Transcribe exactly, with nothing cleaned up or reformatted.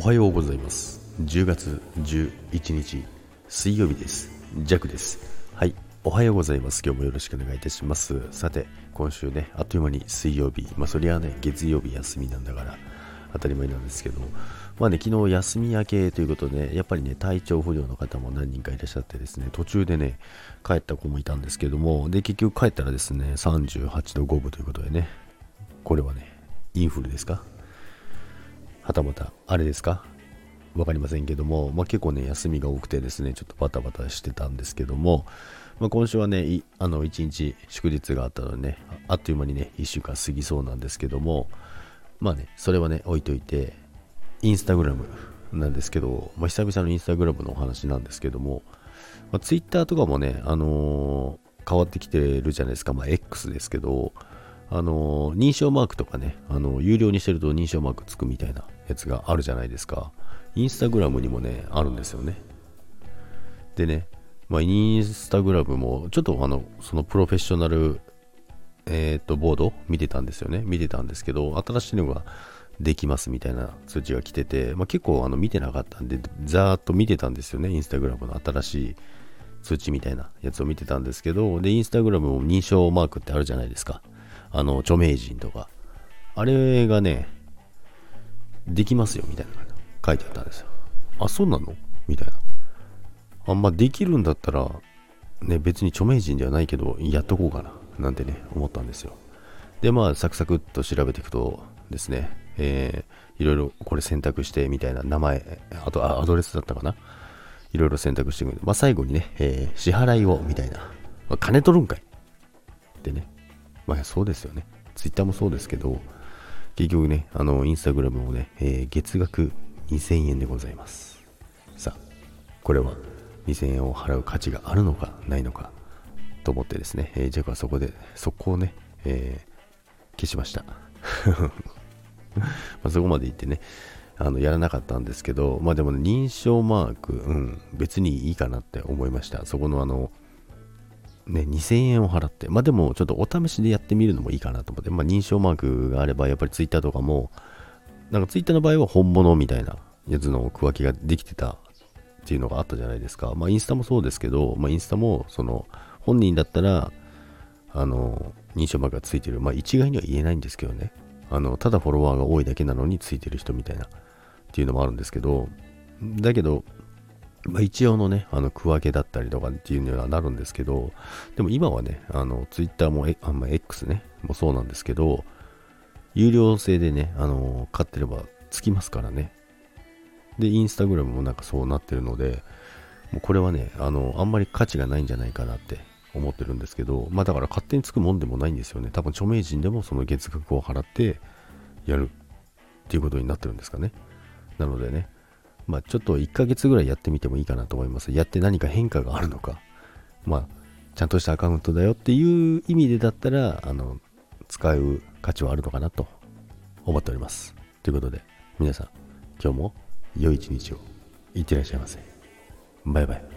はようございます。じゅうがつじゅういちにち水曜日です。ジャックです。はい、おはようございます。今日もよろしくお願いいたします。さて、今週ね、あっという間に水曜日、まあそりゃね、月曜日休みなんだから当たり前なんですけど、まあね、昨日休み明けということで、ね、やっぱりね、体調不良の方も何人かいらっしゃってですね、途中でね、帰った子もいたんですけども、で、結局帰ったらですね、さんじゅうはちどごぶということでね、これはね、インフルですか、はたまたあれですか、わかりませんけども、まあ、結構ね休みが多くてですね、ちょっとバタバタしてたんですけども、まあ、今週はねいあのいちにち祝日があったのでね、あっという間にねいっしゅうかん過ぎそうなんですけども、まあねそれはね置いといて、インスタグラムなんですけど、まあ、久々のインスタグラムのお話なんですけども、まあ、ツイッターとかもね、あのー、変わってきてるじゃないですか。まあ X ですけど、あのー、認証マークとかね、あのー、有料にしてると認証マークつくみたいなやつがあるじゃないですか。インスタグラムにもね、あるんですよね。でね、まあ、インスタグラムも、ちょっとあの、そのプロフェッショナル、えっと、ボード見てたんですよね。見てたんですけど、新しいのができますみたいな通知が来てて、まあ、結構あの見てなかったんで、ざーっと見てたんですよね。インスタグラムの新しい通知みたいなやつを見てたんですけど、で、インスタグラムも認証マークってあるじゃないですか。あの、著名人とか。あれがね、できますよみたいな書いてあったんですよ。あ、そうなのみたいな。あんまできるんだったら、ね、別に著名人ではないけど、やっとこうかな、なんてね、思ったんですよ。で、まあ、サクサクっと調べていくとですね、えー、いろいろこれ選択してみたいな、名前、あとあアドレスだったかな。いろいろ選択していく。まあ、最後にね、えー、支払いを、みたいな。まあ、金取るんかいってね。まあ、そうですよね。ツイッターもそうですけど、結局ね、あの、インスタグラムもね、えー、月額にせんえんでございます。さあ、これはにせんえんを払う価値があるのかないのかと思ってですね、えー、ジャックはそこで、速攻ね、えー、消しました。まあそこまで言ってね、あの、やらなかったんですけど、まあでも、ね、認証マーク、うん、別にいいかなって思いました。そこのあの、ね、にせんえんを払って、まあでもちょっとお試しでやってみるのもいいかなと思って、まあ認証マークがあれば、やっぱりツイッターとかも、なんかツイッターの場合は本物みたいなやつの区分けができてたっていうのがあったじゃないですか。まあインスタもそうですけど、まあインスタもその本人だったら、あの、認証マークがついてる。まあ一概には言えないんですけどね。あの、ただフォロワーが多いだけなのについてる人みたいなっていうのもあるんですけど、だけど、まあ、一応のね、あの区分けだったりとかっていうにはなるんですけど、でも今はね、あの、ツイッターも、えあまあ、X ね、もそうなんですけど、有料制でね、あの、買ってればつきますからね。で、インスタグラムもなんかそうなってるので、もうこれはね、あの、あんまり価値がないんじゃないかなって思ってるんですけど、まあだから勝手につくもんでもないんですよね。多分著名人でもその月額を払ってやるっていうことになってるんですかね。なのでね、まあちょっといっかげつぐらいやってみてもいいかなと思います。やって何か変化があるのか。まあ、ちゃんとしたアカウントだよっていう意味でだったら、あの、使う価値はあるのかなと思っております。ということで、皆さん、今日も良い一日をいってらっしゃいませ。バイバイ。